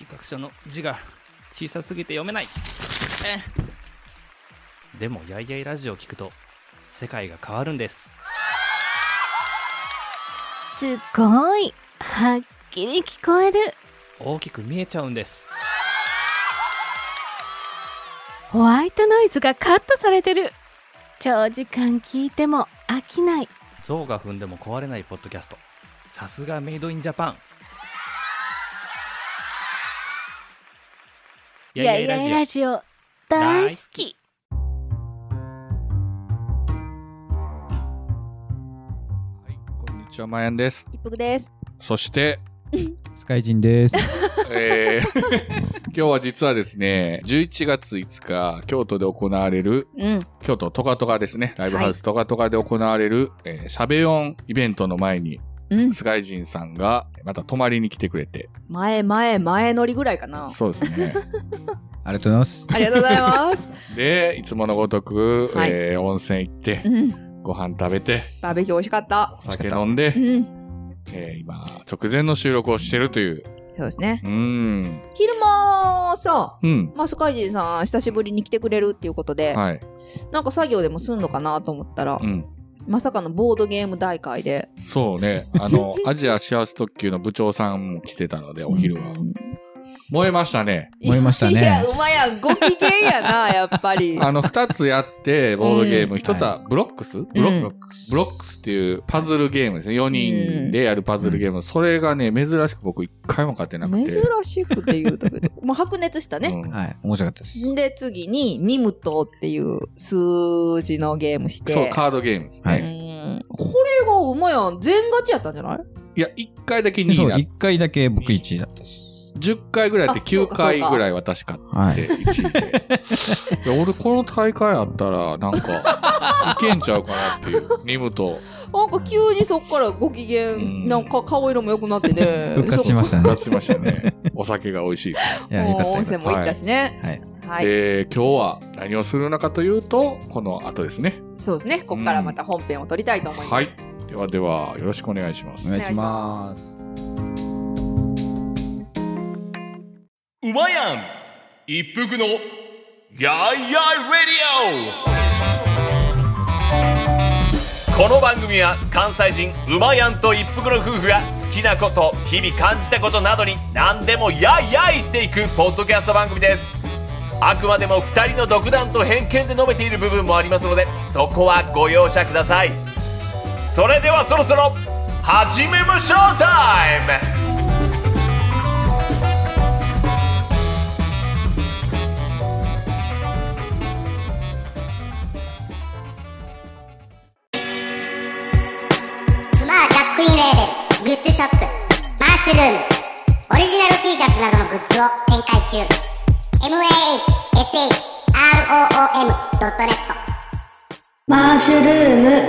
格書の字が小さすぎて読めない。でもやいやいラジオを聞くと世界が変わるんです。 すごいはっきり聞こえる。 大きく見えちゃうんです。 ホワイトノイズがカットされてる。長時間聞いても飽きない。 象が踏んでも壊れないポッドキャスト。さすがメイドインジャパン。 やいやいラジオ大好き。 はい、こんにちは、まやんです。 一服です。 そしてスカイジンです。 今日は実はですね、11月5日、京都で行われる、京都トカトカですね、ライブハウストカトカで行われる、しゃべ音イベントの前に、スカイジンさんがまた泊まりに来てくれて。 前乗りぐらいかな。 そうですね。 ありがとうございます。 ありがとうございます。 で、いつものごとく、温泉行って、ご飯食べて、 バーベキュー美味しかった。 お酒飲んで、今、直前の収録をしてるという。 そうですね。 昼間さ、 まあ、 スカイジンさん久しぶりに来てくれるっていうことで、なんか作業でもすんのかなと思ったら、まさかのボードゲーム大会で。 そうね。アジア幸せ特急の部長さんも来てたので、お昼は。燃えましたね。 燃えましたね。 いや、うまやん。ご機嫌やな、やっぱり。 二つやって、ボードゲーム。一つはブロックスブロックスっていうパズルゲームですね。4人でやるパズルゲーム。それがね、珍しく僕一回も買ってなくて。 珍しくって言うたけど。もう白熱したね。 はい。面白かったです。 で、次に、ニムトっていう数字のゲームして。 そう、カードゲームですね。これがうまやん。全勝ちやったんじゃない？ いや、1回だけ2位だった。 そう、1回だけ僕1位だったです。 10回ぐらいやって9回ぐらい私買って1位で。いや、俺この大会あったら、なんか、いけんちゃうかなっていう。ニムと。 なんか急にそっからご機嫌、なんか顔色も良くなってね。 復活しましたね。 復活しましたね。お酒が美味しいですね。 いや、よかった。 温泉も行ったしね。 はい。今日は何をするのかというと、この後ですね。 そうですね。ここからまた本編を撮りたいと思います。 はい。では、よろしくお願いします。 お願いします。 うまやん一服のやいやいレディオ。この番組は関西人うまやんと一服の夫婦が好きなこと、日々感じたことなどに何でもやいやい言っていくポッドキャスト番組です。あくまでも2人の独断と偏見で述べている部分もありますので、そこはご容赦ください。それではそろそろ始めましょうタイム。 クイーンレーベルグッズショップマッシュルームオリジナル T シャツなどのグッズを展開中。 mahshroom.net マッシュルーム。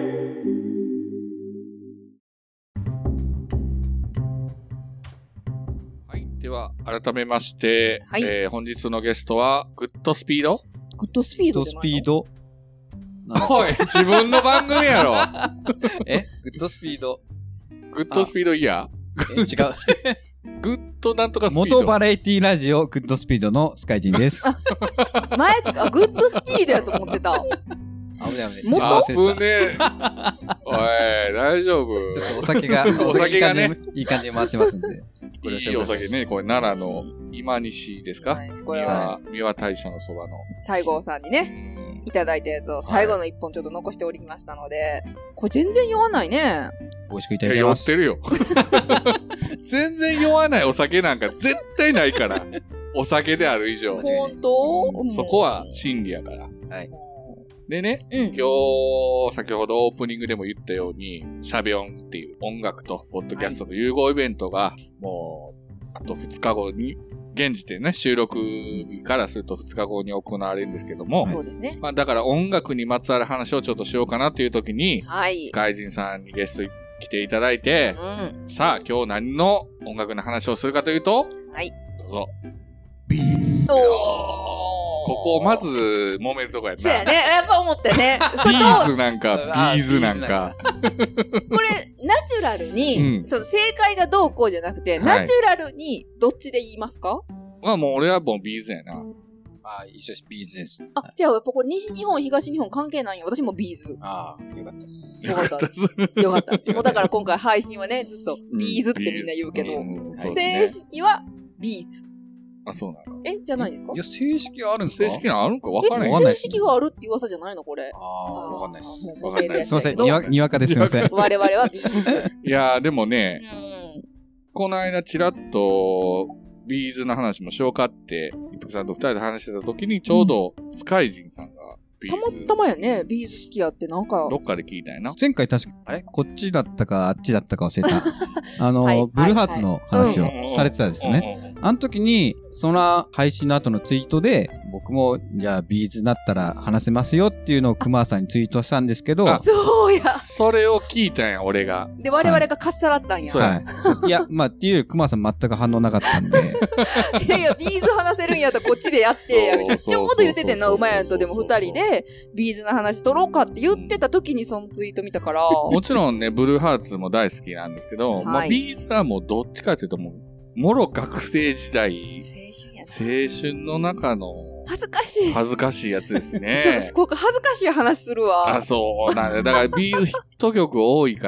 はい。では、改めまして、本日のゲストは、グッドスピードグッドスピードじゃないの？ グッドスピードおい、自分の番組やろ。 グッドスピード。 グッドスピードいや違う。 グッドなんとかスピード。 元バラエティラジオグッドスピードのスカイジンです。 前グッドスピードやと思ってた。 危ない。 危ねえ。おい、大丈夫。 ちょっとお酒がね、いい感じに回ってますんで。 いいお酒ね、これ奈良の今西ですか？三輪大社のそばの。 西郷さんにね。いただいたやつを最後の一本ちょっと残しておりましたので、これ全然酔わないね。 美味しくいただきます。 酔ってるよ。全然酔わないお酒なんか絶対ないから。お酒である以上。 本当？ そこは真理やから。 はい。 でね、今日、先ほどオープニングでも言ったように、しゃべ音っていう音楽とポッドキャストの融合イベントが、もう、あと2日後に、現時点ね、収録日からすると2日後に行われるんですけども。 そうですね。 まあだから音楽にまつわる話をちょっとしようかなっていう時に、 スカイジンさんにゲストに来ていただいて、さあ今日何の音楽の話をするかというと、 はい。 どうぞ。 ビーツ。 ここまず揉めるとこやな。 そうやね。やっぱ思ったね。 ビーズなんか、ビーズなんか。 これ、ナチュラルに、その正解がどうこうじゃなくて、ナチュラルにどっちで言いますか？ まあもう俺はもうビーズやな。 一緒です。ビーズです。 じゃあやっぱこれ西日本、東日本関係ないんや。私もビーズ。 よかったです。 よかったです。よかったです。もうだから今回配信はね、ずっとビーズってみんな言うけど、正式はビーズ。 そうなの？ じゃないですか？ いや、正式はあるんですか？ 正式なのあるんか分からない。 正式があるって噂じゃないのこれ。 わかんないです。 わかんないです。 すいません。にわかです。すいません。 我々はビーズ。 いやー、でもね、この間ちらっと、ビーズの話もしようかって、一服さんと二人で話してた時に、ちょうど、スカイジンさんがビーズ。 たまたまやね、ビーズ好きやってなんか。 どっかで聞いたんやな。 前回確か、こっちだったか、あっちだったか忘れた。ブルーハーツの話をされてたんですね。あの時に、その配信の後のツイートで、僕も、じゃあビーズになったら話せますよっていうのを熊さんにツイートしたんですけど。 そうや。 それを聞いたんや、俺が。 で、我々がかっさらったんや。 いや、まあ、っていうより熊さん全く反応なかったんで。 いやいや、ビーズ話せるんやったらこっちでやってや、みたいな。ちょうど言っててんな、馬やんとでも二人で、ビーズの話取ろうかって言ってた時にそのツイート見たから。 もちろんね、ブルーハーツも大好きなんですけど、まあ、ビーズはもうどっちかというともろ学生時代。青春の中の。 恥ずかしいやつですね。 ちょっとここ恥ずかしい話するわ。 そうなんだ。だからビーズヒット曲多いから、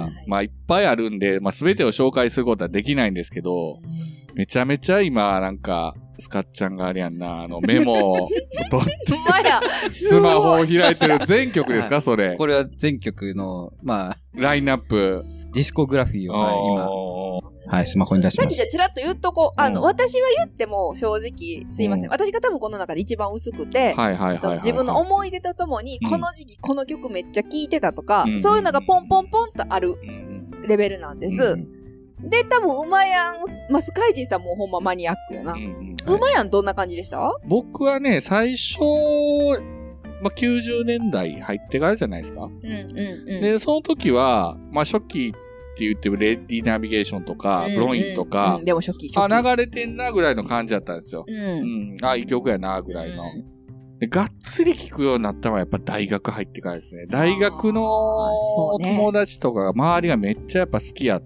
まあいっぱいあるんで、まあ全てを紹介することはできないんですけど、めちゃめちゃ今なんか、スカッちゃんがあれやんな、メモと、スマホを開いてる全曲ですか、それ。 これは全曲の、まあ、 ラインナップ。 ディスコグラフィーを今、スマホに出します。 さっきじゃちらっと言っとこう。私は言っても正直、すいません。私が多分この中で一番薄くて、自分の思い出とともに、この時期この曲めっちゃ聴いてたとか、そういうのがポンポンポンとあるレベルなんです。で、多分、馬やん、まあ、スカイジンさんもほんまマニアックやな。馬やんどんな感じでした？ 僕はね、最初、まあ、90年代入ってからじゃないですか。で、その時は、まあ、初期って言っても、レディナビゲーションとか、ブロインとか、 でも初期。 流れてんなぐらいの感じだったんですよ。いい曲やなぐらいの。でがっつり聴くようになったのはやっぱ大学入ってからですね。大学の友達とかが周りがめっちゃやっぱ好きやって。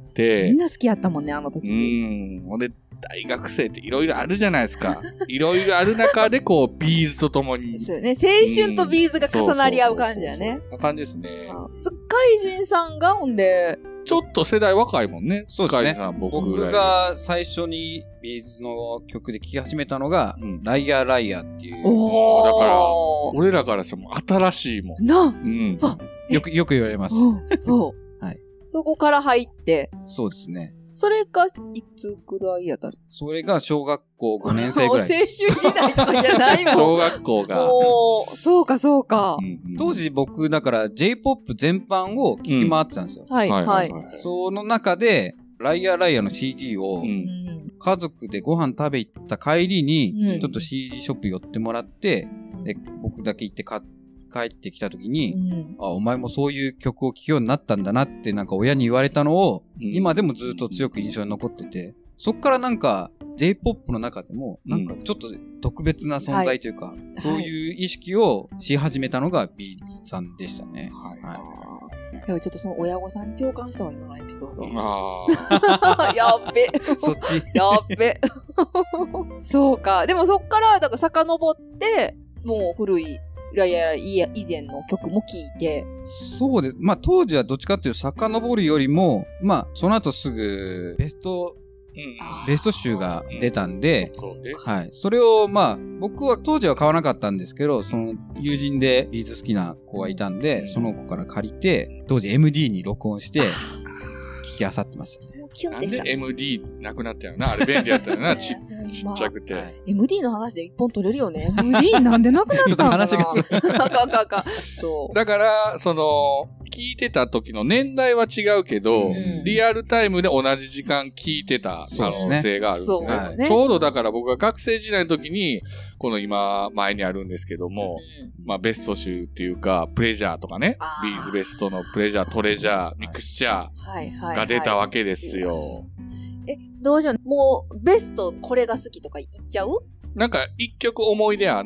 みんな好きやったもんね、あの時。 ほんで、大学生っていろいろあるじゃないですか。いろいろある中でこう、ビーズと共に。 そうね。青春とビーズが重なり合う感じだね。 そんな感じですね。 スカイジンさんがほんで、 ちょっと世代若いもんね。スカイジンさん、僕が最初にビーズの曲で聴き始めたのが、ライアーライアーっていう。 だから、俺らからしても新しいもん。 よく言われます。 そう。はい。そこから入って。 そうですね。 それが、いつぐらいやった？ それが小学校5年生ぐらい。 青春時代とかじゃないもん。 小学校が。 そうか、そうか。 当時僕、だから J-POP 全般を聴き回ってたんですよ。 はい、はい。 その中で、ライアーライアーの CD を、家族でご飯食べ行った帰りに、ちょっと CD ショップ寄ってもらって、で僕だけ行って帰ってきた時に、お前もそういう曲を聴くようになったんだなってなんか親に言われたのを、今でもずっと強く印象に残ってて、そっからなんか J-POP の中でもなんかちょっと特別な存在というか、そういう意識をし始めたのがビーズさんでしたね。 ちょっとその親御さんに共感したわ、今のエピソード。やっべ。 そっち。 やっべ。そうか。でもそっから、だから遡って、もう古い、以前の曲も聴いて。 そうです。まあ当時はどっちかっていうと遡るよりも、まあその後すぐベスト集が出たんで、はい。それをまあ僕は当時は買わなかったんですけど、その友人でビーズ好きな子がいたんで、その子から借りて、当時 MD に録音して、聞き漁ってましたね。 なんで MD なくなったよな。あれ便利やったよな。ちっちゃくて。 MD の話で一本取れるよね。MD なんでなくなったのかな。 ちょっと話があかん。そう。 だから、聞いてた時の年代は違うけど、リアルタイムで同じ時間聞いてた可能性があるんですね。ちょうどだから僕が学生時代の時に、この今前にあるんですけども、まあベスト集っていうか、プレジャーとかね、ビーズベストのプレジャー、トレジャー、ミクスチャーが出たわけですよ。 どうしよう。もうベストこれが好きとか言っちゃう？ なんか一曲思い出あんの？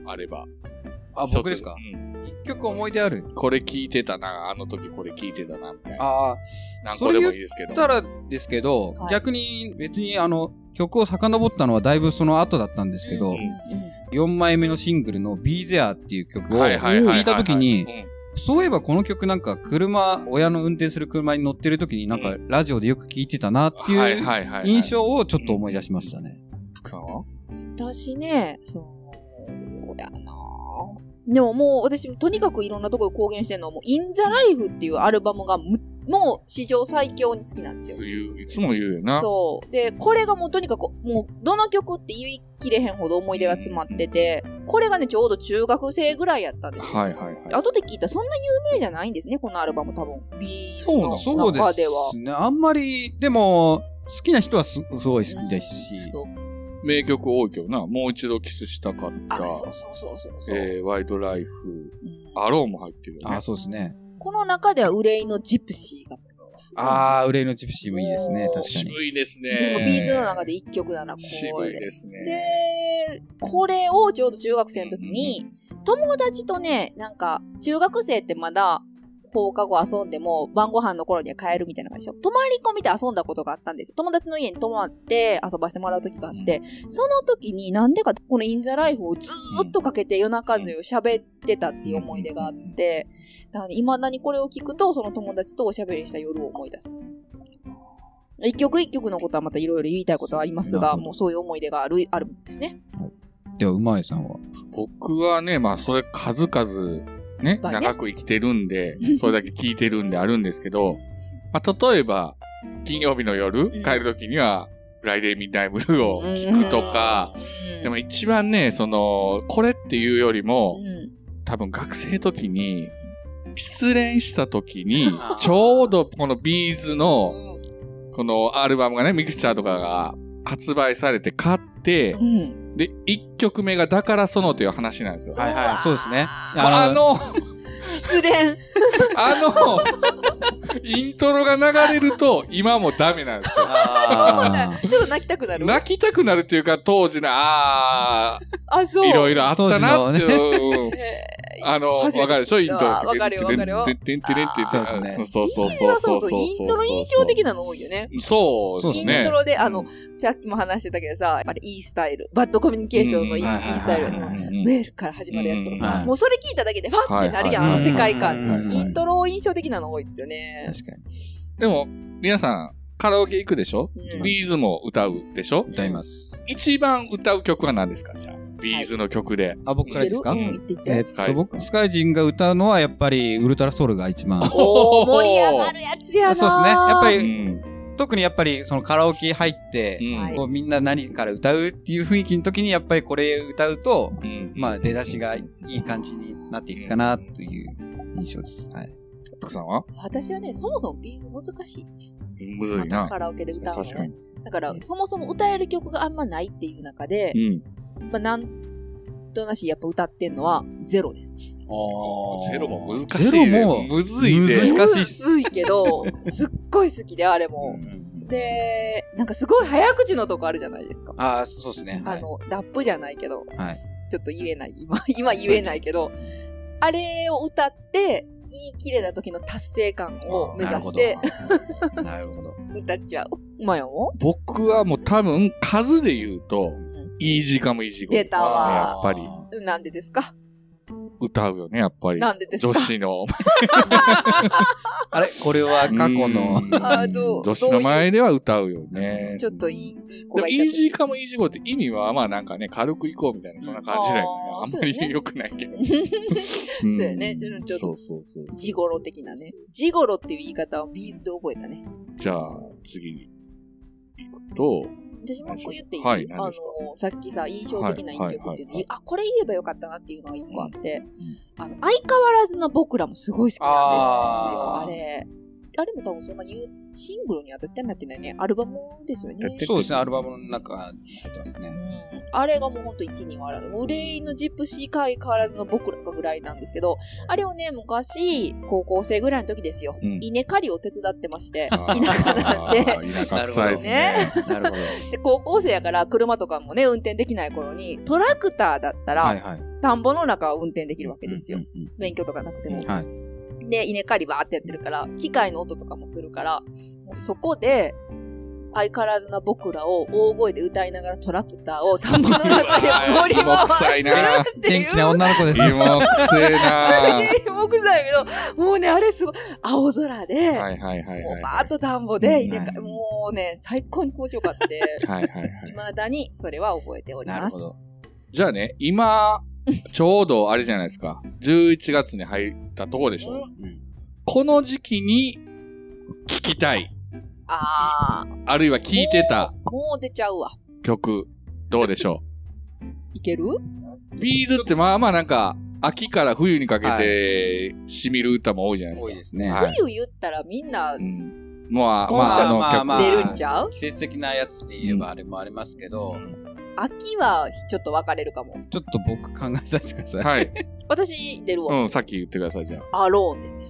あれば。 僕ですか？一曲思い出ある。 これ聞いてたな、あの時これ聞いてたな、みたいな。何個でもいいですけど。 それ言ったらですけど、逆に別に曲を遡ったのはだいぶその後だったんですけど、4枚目のシングルの Be There っていう曲を聞いた時に、そういえばこの曲なんか親の運転する車に乗ってる時になんかラジオでよく聞いてたなっていう印象をちょっと思い出しましたね。 福さんは？ 私ね、そうやな。でももう私とにかくいろんなところ公言してるのはもう In the Life っていうアルバムがもう史上最強に好きなんですよ。 いつも言うよな。 そう。で、これがもうとにかく、もうどの曲って言い切れへんほど思い出が詰まってて、これがね、ちょうど中学生ぐらいやったんですよ。後で聞いたらそんな有名じゃないんですね、このアルバム多分。 そうですね。あんまり、でも、好きな人はすごい好きですし。 名曲多いけどな。もう一度キスしたかった。ワイドライフ。アローも入ってるよね。 そうですね。 この中では憂いのジプシーが。 憂いのジプシーもいいですね、確かに。 渋いですね。 私もビーズの中で一曲だな、これ。 渋いですね。 で、これをちょうど中学生の時に、友達とね、なんか、中学生ってまだ、放課後遊んでも晩ご飯の頃には帰るみたいな感じでしょ。泊まり込みで遊んだことがあったんですよ。友達の家に泊まって遊ばしてもらう時があって、その時になんでかこのインザライフをずーっとかけて夜中中喋ってたっていう思い出があって、だから未だにこれを聞くとその友達とおしゃべりした夜を思い出す。一曲一曲のことはまたいろいろ言いたいことはありますが、もうそういう思い出があるんですね。 では、うまいさんは？ 僕はね、それ数々、ね、長く生きてるんで、それだけ聞いてるんであるんですけど、例えば、金曜日の夜、帰るときには、フライデーミッドナイトブルーを聞くとか、でも一番ね、これっていうよりも、多分学生時に、失恋した時に、ちょうどこのビーズの、このアルバムがね、ミクスチャーとかが発売されて買って、で、1曲目がだからそのという話なんですよ。 そうですね。 失恋イントロが流れると、今もダメなんですよ。 ちょっと泣きたくなる。 泣きたくなるっていうか、当時の、いろいろあったなっていう。わかるでしょイントロ。 わかるよ。 てんてれんって言って。 そうですね。 そう。イントロ印象的なの多いよね。 そうですね。 イントロで、さっきも話してたけどさ、いいスタイル。バッドコミュニケーションのいいスタイル。メールから始まるやつとかさ。もうそれ聞いただけで、ファってなるやん、世界観。イントロ印象的なの多いですよね。 確かに。 でも、皆さん、カラオケ行くでしょビーズも歌うでしょ歌います。 一番歌う曲は何ですかじゃあ。ビーズの曲で。 僕からですか？僕、スカイジンが歌うのはやっぱりウルトラソウルが一番。 盛り上がるやつやな。 そうですね。やっぱり、特にやっぱりそのカラオケ入って、みんな何から歌うっていう雰囲気の時にやっぱりこれ歌うと、出だしがいい感じになっていくかなという印象です。はい。 徳さんは？ 私はね、そもそもビーズ難しい。 むずいな。 カラオケで歌うの。 確かに。 だから、そもそも歌える曲があんまないっていう中で、なんとなしやっぱ歌ってんのはゼロですね。 ゼロも難しい。ゼロもむずいね。 難しいっす。 むずいけど、すっごい好きで、あれも。で、なんかすごい早口のとこあるじゃないですか。 そうですね。 ラップじゃないけど、ちょっと言えない。今言えないけど、あれを歌って、言い切れた時の達成感を目指して、 なるほど。 歌っちゃう。まよも僕はもう多分数で言うと、イージーかもイージーゴですね。 出たわ。 やっぱり。 なんでですか？ 歌うよね、やっぱり。 なんでですか？ 女子の。 あれこれは過去の。 女子の前では歌うよね。 ちょっといい子がいた。 イージーかもイージーゴって意味はまあなんかね、軽くいこうみたいな、そんな感じだよね。あんまり良くないけど。 そうやね。ちょっと、ジゴロ的なね。ジゴロっていう言い方をビーズで覚えたね。 じゃあ、次に行くと、 私もこう言っていい？さっきさ、印象的な一曲っていうのこれ言えばよかったなっていうのが一個あって、相変わらずの僕らもすごい好きなんですよ、あれ。 あれも多分そんなシングルには絶対なってないね。アルバムですよね。 そうですね、アルバムの中に入ってますね。 あれがもうほんと1、2笑う。憂いのジプシーか相変わらずの僕らぐらいなんですけど、あれをね、昔、高校生ぐらいの時ですよ。稲刈りを手伝ってまして、田舎なんで。 田舎臭いですね。 なるほど。 で、高校生やから車とかもね、運転できない頃に、トラクターだったら、田んぼの中を運転できるわけですよ。免許とかなくても。で、稲刈りバーってやってるから、機械の音とかもするから、もうそこで、相変わらずな僕らを大声で歌いながらトラクターを田んぼの中で乗り回すっていう。 元気な女の子ですね。芋臭いなすげえ芋臭いけど、もうね、あれすごい、青空で、もうバーっと田んぼで、もうね、最高に気持ちよかった。未だにそれは覚えております。なるほど。 じゃあね、今、ちょうどあれじゃないですか。11月に入ったとこでしょ。この時期に聴きたい。あるいは聴いてた。 もう出ちゃうわ。 曲、どうでしょう。いける？ ビーズってまあまあなんか、秋から冬にかけて染みる歌も多いじゃないですか。 多いですね。 冬言ったらみんな、 まあ曲出るんちゃう？ 季節的なやつで言えばあれもありますけど、 秋はちょっと分かれるかも。 ちょっと僕考えさせてください。 はい。 私出るわ。 さっき言ってください、じゃあ。 アローンですよ。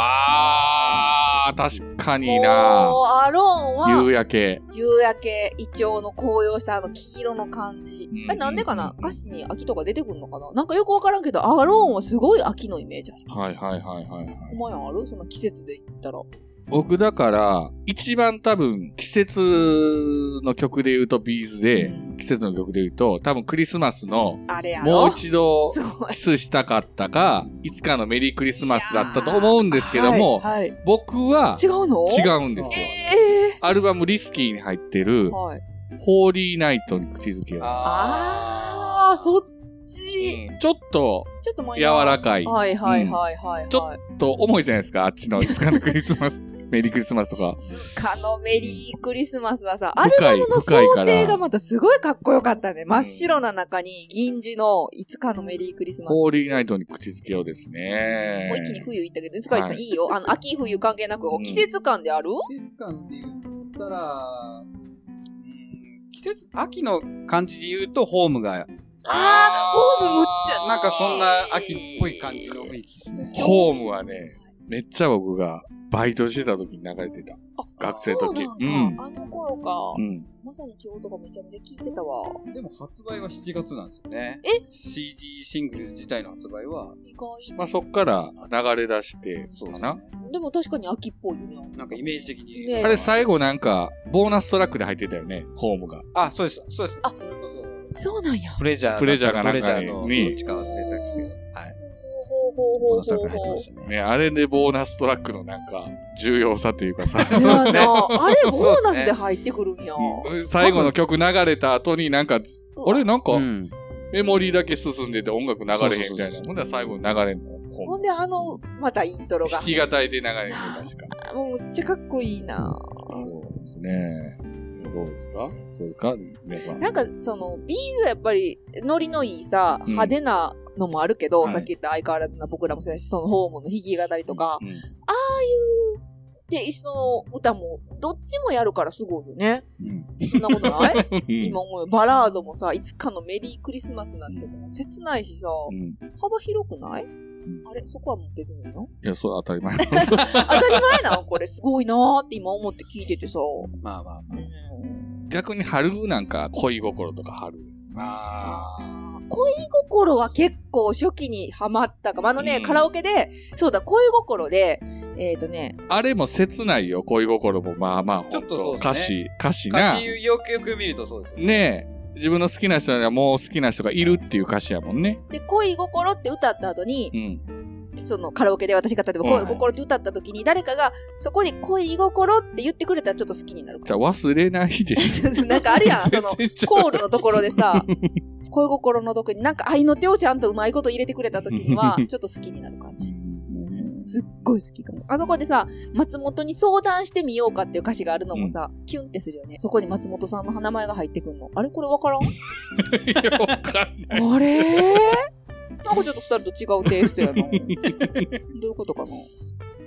確かにな。 もう、アローンは、 夕焼け、 イチョウの紅葉した黄色の感じ。なんでかな？歌詞に秋とか出てくるのかな？なんかよくわからんけど、アローンはすごい秋のイメージある。 はい。 お前ある？その季節で言ったら。 僕だから、一番多分季節の曲で言うとビーズで、季節の曲で言うと、多分クリスマスの、もう一度キスしたかったか、いつかのメリークリスマスだったと思うんですけども、僕は違うんですよ。アルバムリスキーに入ってる、ホーリーナイトに口づけを。 そっち。 ちょっと柔らかい。ちょっと重いじゃないですか、あっちのいつかのクリスマス、メリークリスマスとか。 いつかのメリークリスマスはさ、アルバムの想定がまたすごいかっこよかったね。真っ白な中に銀地のいつかのメリークリスマス。 ホーリーナイトに口づけをですね。 もう一気に冬行ったけど、塚地さんいいよ。秋冬関係なく、季節感である？ 季節感で言ったら、秋の感じで言うとホームが、 ホームむっちゃなんかそんな秋っぽい感じの雰囲気ですね。 ホームはね、めっちゃ僕がバイトしてた時に流れてた。学生の時。 あの頃か。まさに今日とかめちゃめちゃ聞いてたわ。 でも発売は7月なんですよね。CD シングル自体の発売は。 まあそっから流れ出して、そうかな。 でも確かに秋っぽいよね。 なんかイメージ的に。 あれ最後なんか、ボーナストラックで入ってたよね、ホームが。 そうです。 そうなんや。 プレジャーがなんかのどっちか忘れたんですけど。ボーナストラック入ってましたね。 あれでボーナストラックのなんか、重要さというかさ。 そうですね。あれボーナスで入ってくるんや。 最後の曲流れた後になんか、あれなんか、メモリーだけ進んでて音楽流れへんみたいな。ほんで最後に流れんの。 ほんでまたイントロが。 弾き語りで流れんの確か。 もうめっちゃかっこいいな。 そうですね。どうですか皆さん。 なんか、ビーズはやっぱり、ノリのいいさ、派手なのもあるけど、さっき言った相変わらずな僕らもそうやし、そのホームの弾き語りとか、ああいうテイストの歌も、どっちもやるからすごいよね。そんなことない今思うよ。バラードもさ、いつかのメリークリスマスなんてもう切ないしさ、幅広くない？あれそこはもう別にいいの？ いや、そう当たり前。 当たり前なのこれすごいなーって今思って聞いててさ。 まあ。 逆に春なんか恋心とか春ですね。 恋心は結構初期にハマったかも。カラオケで、そうだ、恋心で、 あれも切ないよ、恋心も。まあ、 ちょっとそうですね。 歌詞な。 歌詞よく見るとそうですね。 ねえ。自分の好きな人にはもう好きな人がいるっていう歌詞やもんね。 で、恋心って歌った後に、そのカラオケで私が例えば恋心って歌った時に誰かがそこに恋心って言ってくれたらちょっと好きになるじゃあ忘れないでしょ。なんかあるやん、そのコールのところでさ、恋心のとこになんか愛の手をちゃんとうまいこと入れてくれた時にはちょっと好きになる感じ。すっごい好きかも。あそこでさ、松本に相談してみようかっていう歌詞があるのもさ、キュンってするよね。そこに松本さんの名前が入ってくるの。あれこれわからん？ いや、わかんない。 あれなんかちょっと二人と違うテイストやな。どういうことかな。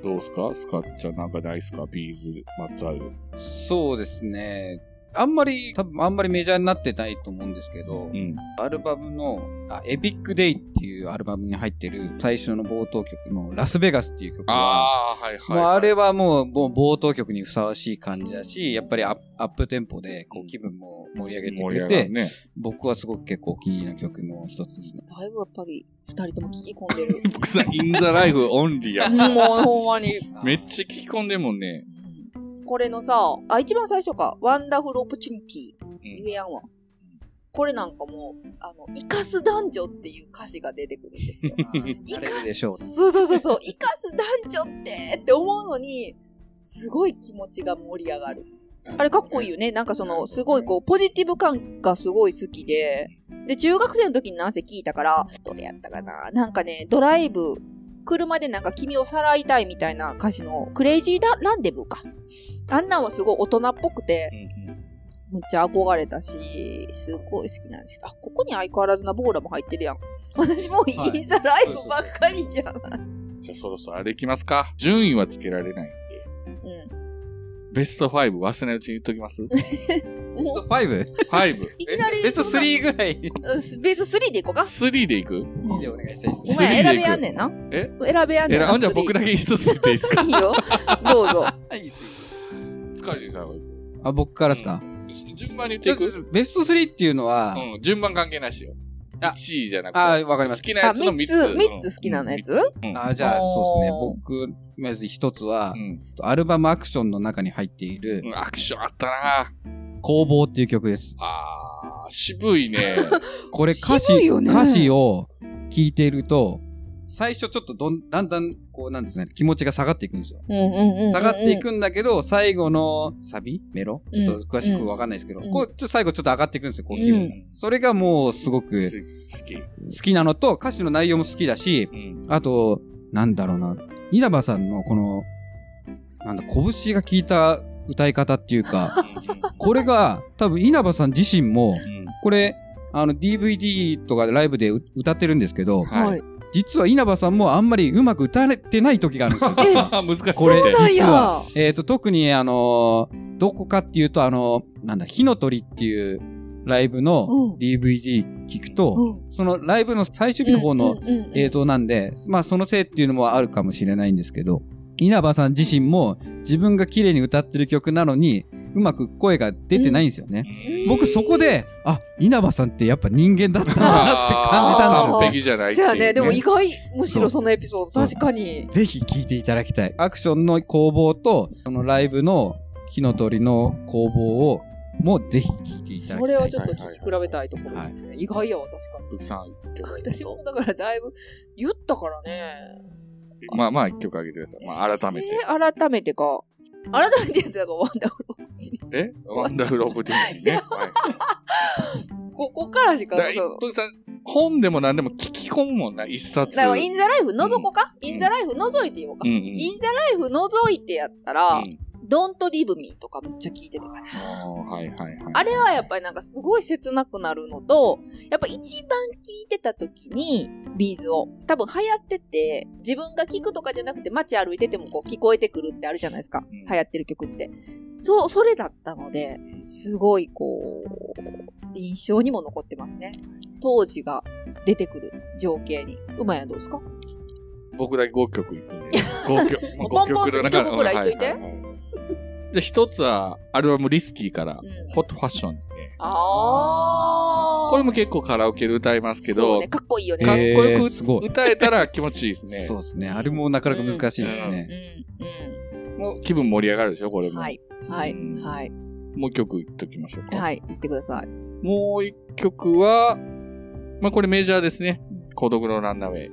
どうすかスカッちゃんなんかないっすかビーズまつわる。 そうですね。多分あんまりメジャーになってないと思うんですけど、アルバムの、エピックデイっていうアルバムに入ってる最初の冒頭曲のラスベガスっていう曲は、あれはもう冒頭曲にふさわしい感じだし、やっぱりアップテンポでこう気分も盛り上げてくれて、僕はすごく結構お気に入りの曲の一つですね。 だいぶやっぱり二人とも聞き込んでる。 僕さ、インザライフオンリーや。 もうほんまに。 めっちゃ聞き込んでるもんね。 これのさ、一番最初か、ワンダフルオプチュニティ。言えやんわ。これなんかも、生かす男女っていう歌詞が出てくるんですよ。 あれでしょう。 そう。生かす男女って思うのに、すごい気持ちが盛り上がる。あれかっこいいよね。なんかすごいポジティブ感がすごい好きで、で、中学生の時になんせ聞いたから、どれやったかな。なんかね、ドライブ、車でなんか君をさらいたいみたいな歌詞のクレイジーランデブーか。あんなんはすごい大人っぽくて、むっちゃ憧れたし、すごい好きなんですけど、ここに相変わらずなボーラも入ってるやん。私もうインザライブばっかりじゃん。 じゃあそろそろあれいきますか。順位はつけられないんで。ベスト5忘れないうちに言っときますベスト 5？5。 いきなり。 ベスト3ぐらい。 ベスト3でいこうか。 3でいく ?3 でお願いしたいです。 お前選べやんねんな。選べやんねんな。 じゃあ僕だけ一つ言っていいですか？ いいよ。どうぞ。 いいっす。 塚地さんは僕からですか？ 順番に言っていく？ ベスト3っていうのは、 順番関係なしよ。1位じゃなくて。 わかります。 好きなやつの3つ。 3つ好きなやつ？ じゃあそうですね。僕、まず一つは、アルバムアクションの中に入っている、 アクションあったな工房っていう曲です。 渋いね。 これ歌詞を聞いていると、最初ちょっとだんだん、こうなんですね、気持ちが下がっていくんですよ。下がっていくんだけど、最後のサビメロちょっと詳しくわかんないですけど、最後ちょっと上がっていくんですよ、こう気分。それがもうすごく好きなのと、歌詞の内容も好きだし、あと、なんだろうな、稲葉さんのこの、拳が効いた歌い方っていうか、これが多分稲葉さん自身も、これ、DVD とかライブで歌ってるんですけど、実は稲葉さんもあんまりうまく歌えてない時があるんですよ。 難しい。 これ実は。特にどこかっていうと火の鳥っていうライブの DVD 聞くと、そのライブの最終日の方の映像なんで、まあそのせいっていうのもあるかもしれないんですけど、稲葉さん自身も自分が綺麗に歌ってる曲なのに、うまく声が出てないんですよね。僕そこで、稲葉さんってやっぱ人間だったなって感じたんですよ。 完璧じゃないっていうね。 じゃあね、でも意外、むしろそのエピソード、確かに。 ぜひ聞いていただきたい。アクションの工房と、そのライブの火の鳥の工房を、もうぜひ聞いていただきたい。 それをちょっと聞き比べたいところですね。意外やわ、確かに。 ブキさん、 私もだからだいぶ言ったからね。 まあ一曲あげてください。まあ改めて。 改めてか。改めてやったらワンダフルオプチュニティ。 ワンダフルオプチュニティね。 ここからしかブキさん、本でも何でも聞き込むもんな、一冊。 だからインザライフ覗こうか、インザライフ覗いてようか。インザライフ覗いてやったら、Don't Leave Me とかめっちゃ聞いてたかな。あれはやっぱりなんかすごい切なくなるのと、やっぱ一番聞いてた時に、ビーズを。多分流行ってて、自分が聞くとかじゃなくて街歩いててもこう聞こえてくるってあるじゃないですか。流行ってる曲って。それだったので、すごいこう、印象にも残ってますね。当時が出てくる情景に。馬やんどうですか？ 僕だけ5曲いくんで。5曲。 ポンポンと2曲くらい言っといて。 じゃあ一つは、アルバムリスキーから、ホットファッションですね。これも結構カラオケで歌いますけど、 かっこいいよね。 かっこよく歌えたら気持ちいいですね。 そうですね。あれもなかなか難しいですね。 もう気分盛り上がるでしょ、これも。 はい。 もう一曲言っときましょうか。 はい、言ってください。 もう一曲は、まあこれメジャーですね。孤独のランナウェイ。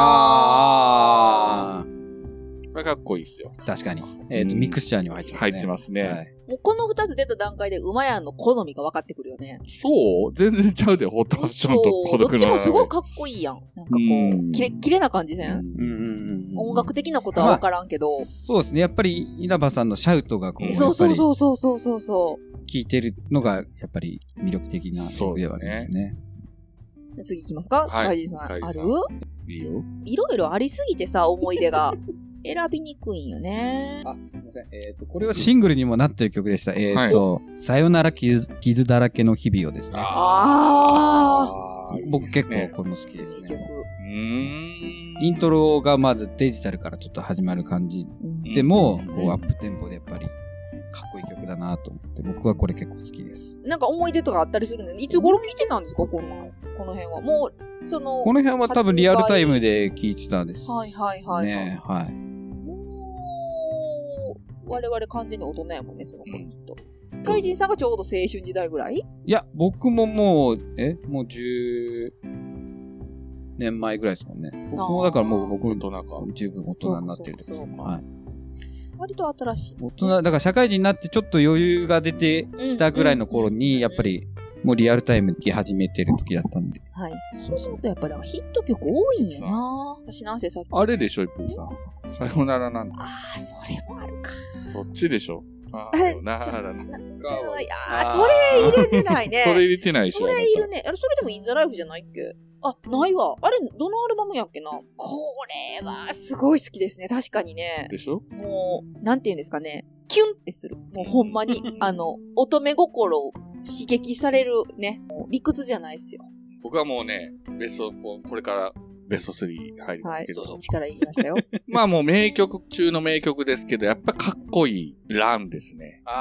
これかっこいいですよ。 確かに。ミクスチャーにも入ってますね。 入ってますね。 もうこの2つ出た段階で馬やんの好みが分かってくるよね。 そう全然ちゃうで、ホットファッションと孤独のランナウェイ。 どっちもすごいかっこいいやん。なんかこう、キレな感じせん？音楽的なことは分からんけど。 そうですね。やっぱり稲葉さんのシャウトがこう、 そう。 聞いてるのがやっぱり魅力的な曲ではありますね。 次行きますか？スカイジーさん。ある？ いいよ。 いろいろありすぎてさ、思い出が。 選びにくいんよね。 あ、すいません。これはシングルにもなってる曲でした。さよなら傷だらけの日々をですね。僕結構この好きですね。イントロがまずデジタルからちょっと始まる感じでも、こうアップテンポでやっぱりかっこいい曲だなと思って、僕はこれ結構好きです。 なんか思い出とかあったりするのに、いつ頃聴いてたんですかこの辺は。もう、この辺は多分リアルタイムで聴いてたです。 はいはいはい。 ね、はい。 我々完全に大人やもんね、その子きっと。スカイジンさんがちょうど青春時代ぐらい？ いや、僕ももう10年前ぐらいですもんね。僕もだからもう僕十分大人になってるですね。はい。 割と新しい。 大人、だから社会人になってちょっと余裕が出てきたぐらいの頃に、やっぱりもうリアルタイムで聴き始めてる時だったんで。 はい。そうするとやっぱりヒット曲多いんやな。私なんせさっき。 あれでしょ、一風さん。さよならなんだ。 ああ、それもあるか。 そっちでしょ。 あれそれ入れてないね。 それ入れてないでしょ。 それいるね。あれ、それでもインザライフじゃないっけ？あ、ないわ。あれ、どのアルバムやっけな？これは、すごい好きですね。確かにね。 でしょ？ もう、なんて言うんですかね。キュンってする。もうほんまに、乙女心を刺激されるね。もう理屈じゃないっすよ。 僕はもうね、これからベスト3入りますけど。 はい、力言いましたよ。 まあもう名曲中の名曲ですけど、やっぱかっこいいランですね。もうラン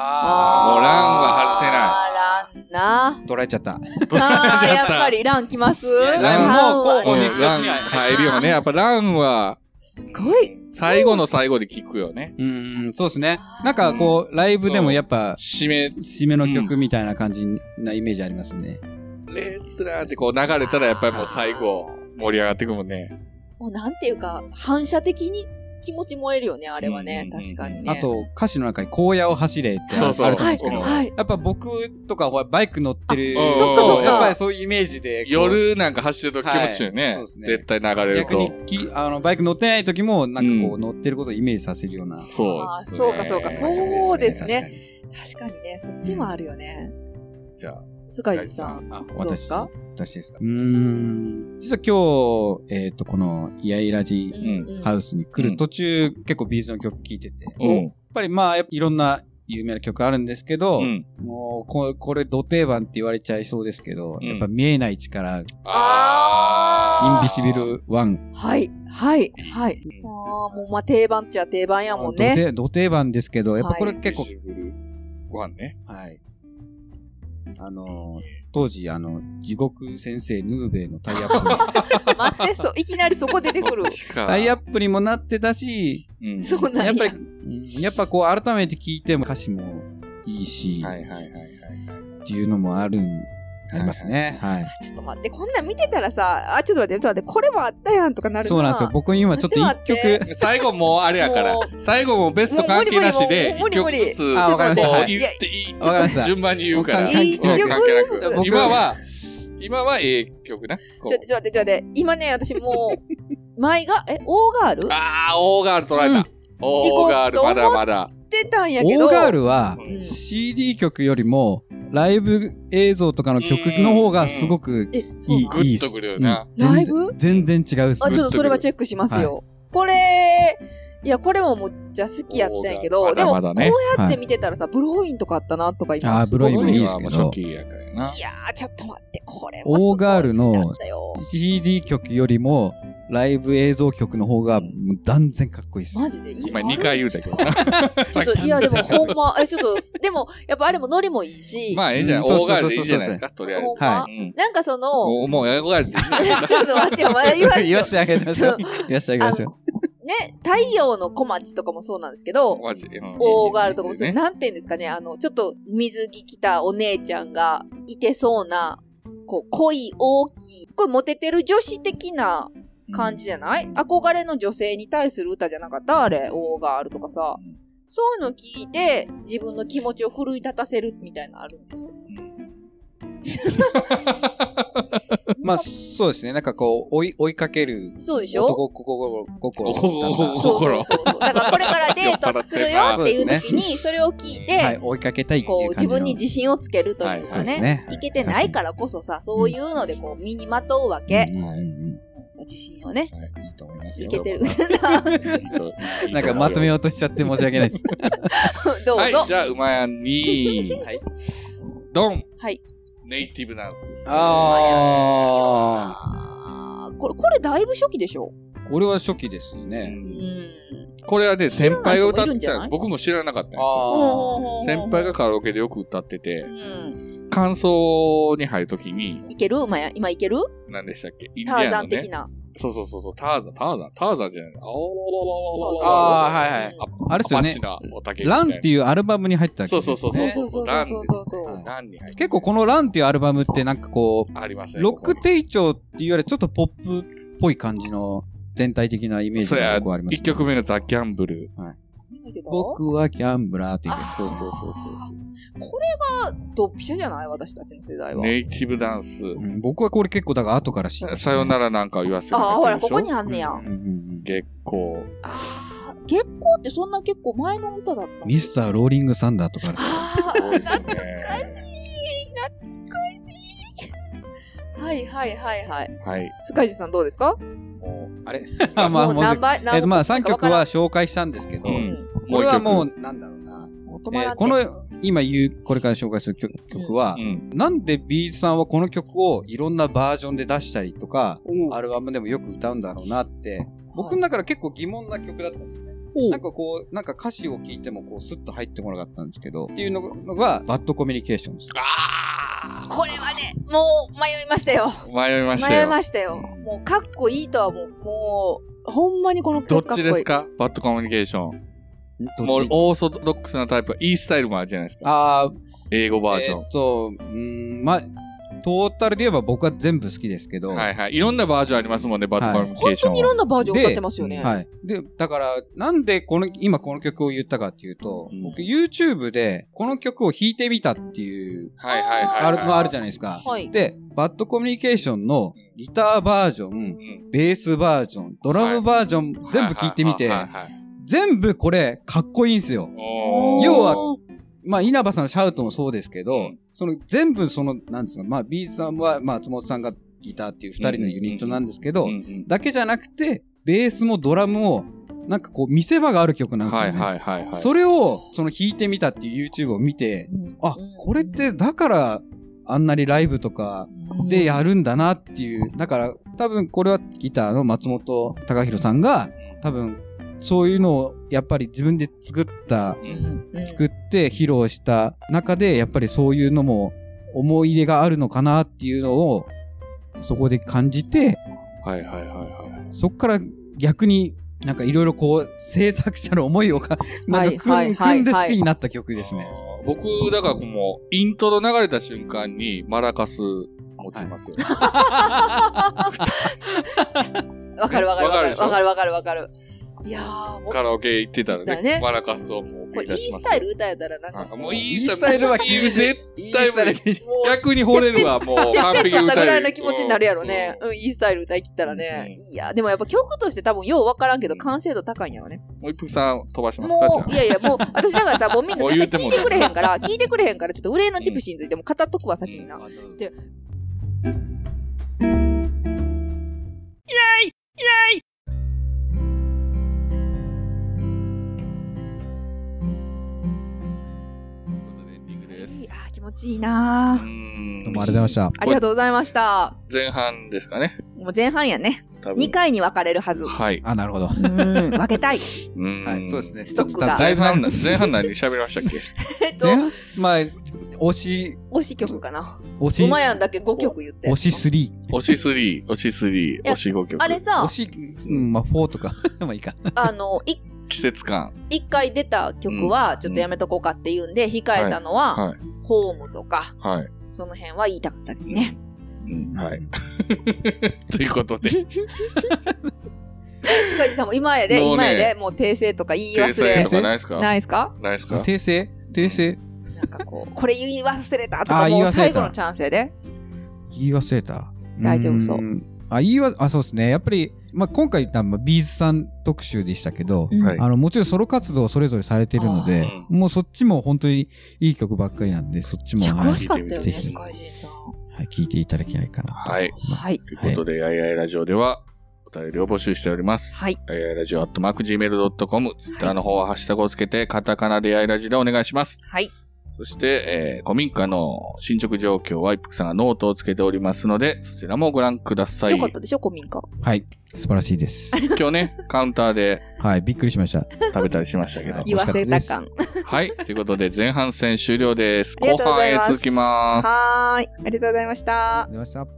は外せない。ランな。 捉えちゃった。 やっぱりラン来ます。 ランも候補に入るよね。やっぱランは、 すごい。 最後の最後で聴くよね。 そうですね。なんかこう、ライブでもやっぱ、締めの曲みたいな感じなイメージありますね。 レッツランってこう流れたらやっぱりもう最後、盛り上がってくもんね。 もうなんていうか、反射的に気持ち燃えるよね、あれはね。確かにね。 あと、歌詞の中に荒野を走れってあると思うんですけど、やっぱ僕とかバイク乗ってると、やっぱりそういうイメージで。 夜なんか走ると気持ちいいよね。絶対流れると。 逆に、バイク乗ってない時も、なんかこう乗ってることをイメージさせるような。 そうか。そうですね。確かにね、そっちもあるよね。 じゃあ。 スカイジさん。私ですか？ 私ですか？実は今日、この、イヤイラジハウスに来る途中、結構ビーズの曲聴いてて、やっぱりまあ、いろんな有名な曲あるんですけど、もう、これ、ド定番って言われちゃいそうですけど、やっぱ見えない力、インビシビル1。 はい。もうまあ定番っちゃ定番やもんね。 ド定番ですけど、やっぱこれ結構、 インビシビル1ね。 はい。当時、地獄先生ヌーベイのタイアップに。待って、いきなりそこ出てくる。 タイアップにもなってたし、 そうなんや。 やっぱこう改めて聞いても歌詞もいいし、っていうのもありますね。はい。 ちょっと待って、こんなん見てたらさ、ちょっと待って、これもあったやんとかなるな。 そうなんですよ。僕今ちょっと一曲。 最後もうあれやから、最後もベスト関係なしで、一曲ずつ、 わかりました。 言っていい。順番に言うから。 一曲ずつ。 今は曲な。 ちょっと待って。今ね、私もう、前が、オーガール？ オーガール捉えた。オーガール、まだまだ。 ってたんやけど。 オーガールは、CD 曲よりも、ライブ映像とかの曲の方がすごくいい。 グッとくるよな。 ライブ？ 全然違うっす。 ちょっとそれはチェックしますよ。これ、いや、これもむっちゃ好きやったんやけど、でも、こうやって見てたらさ、ブローインとかあったなとか今ブローインもいいですけど。 いやー、ちょっと待って、これはオーガールの CD 曲よりも、ライブ映像曲の方が断然かっこいいです。 マジで今2回言うたけどな。 ちょっと、いやでもほんま、ちょっと、でも、やっぱあれもノリもいいし。 まあ、ええじゃん。オーガールでいいじゃないですか、とりあえず。 はい。なんかその、 もうオーガールでいい。 ちょっと待ってよ、まだ言わせてあげましょう。言わせてあげましょう。 ね、太陽の小町とかもそうなんですけど、オーガールとかもそう、なんて言うんですかね、ちょっと水着着たお姉ちゃんがいてそうな、こう、濃い大きい、これモテてる女子的な感じじゃない？憧れの女性に対する歌じゃなかったあれ、オーガールとかさ。そういうの聞いて、自分の気持ちを奮い立たせるみたいなのあるんですよ。 まあ、そうですね。なんかこう、追いかける。 そうでしょ？ 男心。だからこれからデートするよっていう時に、それを聞いて、 はい、追いかけたいっていう感じの。 自分に自信をつけるというかね。いけてないからこそさ、そういうのでこう、身にまとうわけ。 自信をね。 いいと思いますよ。 いけてる。 なんかまとめようとしちゃって申し訳ないです。 どうぞ。 はい、じゃあ、馬やんに、 はい。 ドン。 はい。 ネイティブダンスですね。 これだいぶ初期でしょ？ これは初期ですね。 これはね、先輩が歌ってた。僕も知らなかったんですよ。先輩がカラオケでよく歌ってて、感想に入るときに。 いける？今いける？ 何でしたっけ？ ターザン的な。 そう、ターザンじゃない。 はいはい。あれですよね。ランっていうアルバムに入ったっけ？ そう。 ランに入った。 結構このランっていうアルバムってなんかこう、 ありますね。 ロックテイチョっていうよりちょっとポップっぽい感じの全体的なイメージがあります。 1曲目のザ・ギャンブル。はい。 僕はギャンブラーっていう。 そう。 これがドッピシャじゃない？私たちの世代は。 ネイティブダンス。 僕はこれ結構だから後から知った。 さよならなんか言わせて。 ほら、ここにあんねや。 月光。 月光ってそんな結構前の歌だった？ ミスターローリングサンダーとか懐かしい。はい。スカイジさんどうですか？ あれまあ3曲は紹介したんですけど、これはもう、なんだろうな。これから紹介する曲は、なんでビーズさんはこの曲をいろんなバージョンで出したりとか、アルバムでもよく歌うんだろうなって、僕の中で結構疑問な曲だったんですよね。なんか歌詞を聞いてもスッと入ってこなかったんですけど、っていうのが、バッドコミュニケーションです。 これはね、もう迷いましたよ。もうかっこいいとはもう、ほんまにこの曲かっこいい。 どっちですか？バッドコミュニケーション。もうオーソドックスなタイプは E スタイルもあるじゃないですか。英語バージョン。 トータルで言えば僕は全部好きですけど。 はい。いろんなバージョンありますもんね、バッドコミュニケーション。 本当にいろんなバージョン歌ってますよね。 はい。で、だから、なんで今この曲を言ったかっていうと、僕 YouTube でこの曲を弾いてみたっていう、あるじゃないですか。で、バッドコミュニケーションのギターバージョン、ベースバージョン、ドラムバージョン、全部聞いてみて、全部これかっこいいんすよ。要は、稲葉さんのシャウトもそうですけど、全部なんですか、ビーズさんは、松本さんがギターっていう二人のユニットなんですけど、だけじゃなくて、ベースもドラムも、なんか見せ場がある曲なんですよね。それを、弾いてみたっていう YouTube を見て、これってだから、あんなにライブとかでやるんだなっていう。だから、多分これはギターの松本隆弘さんが、多分、そういうのをやっぱり自分で作って披露した中でやっぱりそういうのも思い入れがあるのかなっていうのをそこで感じて、そっから逆になんかいろいろ制作者の思いをなんか組んで好きになった曲ですね。 僕だからもうイントロ流れた瞬間にマラカス持ちますよ。 わかる。いやー、 カラオケ行ってたらね、マラカスをもうこれいいスタイル歌えたらなんかもういいスタイルは絶対無理。逆に惚れるわ、もう完璧に歌える。 ぐらいの気持ちになるやろね。いいスタイル歌い切ったらね。いや、でもやっぱ曲として多分ようわからんけど完成度高いんやろね。 もう一服さん飛ばしますか？ もう、いや、もう私だからさ、もうみんな絶対聞いてくれへんから、ちょっと憂いのチプシーについても語っとくわ、先にな。気持ちいいなぁ。 どうもありがとうございました。 ありがとうございました。 前半ですかね。 もう前半やね。2回に分かれるはず。 はい。 なるほど。 分けたい。 はい、そうですね。 ストックが。 前半何喋りましたっけ？ 推し曲かな。 馬やんだけ5曲言って。 推し3。 推し5曲。 あれさ、 4とか。まあいいか。 季節感。 1回出た曲はちょっとやめとこうかっていうんで、控えたのは、ホームとか、その辺は言いたかったですね。 はい。ということで。 近地さんも今やで、もう訂正とか言い忘れ。 訂正とかないですか？ ないですか？ 訂正なんかこれ言い忘れたとかもう最後のチャンスやで。 言い忘れた。 大丈夫そう。 そうですね。やっぱり、今回ビーズさん特集でしたけど、もちろんソロ活動をそれぞれされてるので、もうそっちも本当にいい曲ばっかりなんで、そっちも。 詳しかったよね、スカイジンさん。 はい、聞いていただけないかな。 はい。ということで、やいやいラジオでは、 お便りを募集しております。 はい。 ラジオ@gmail.com、ツイッターの方はハッシュタグをつけて、カタカナでやいラジでお願いします。 はい。 そして、古民家の進捗状況は一服さんがノートをつけておりますので、そちらもご覧ください。 よかったでしょ、古民家。 はい。素晴らしいです。 今日ね、カウンターで。 はい、びっくりしました。 食べたりしましたけど。 言わせた感。 はい。ということで、前半戦終了です。後半へ続きます。 はーい。ありがとうございました。 ありがとうございました。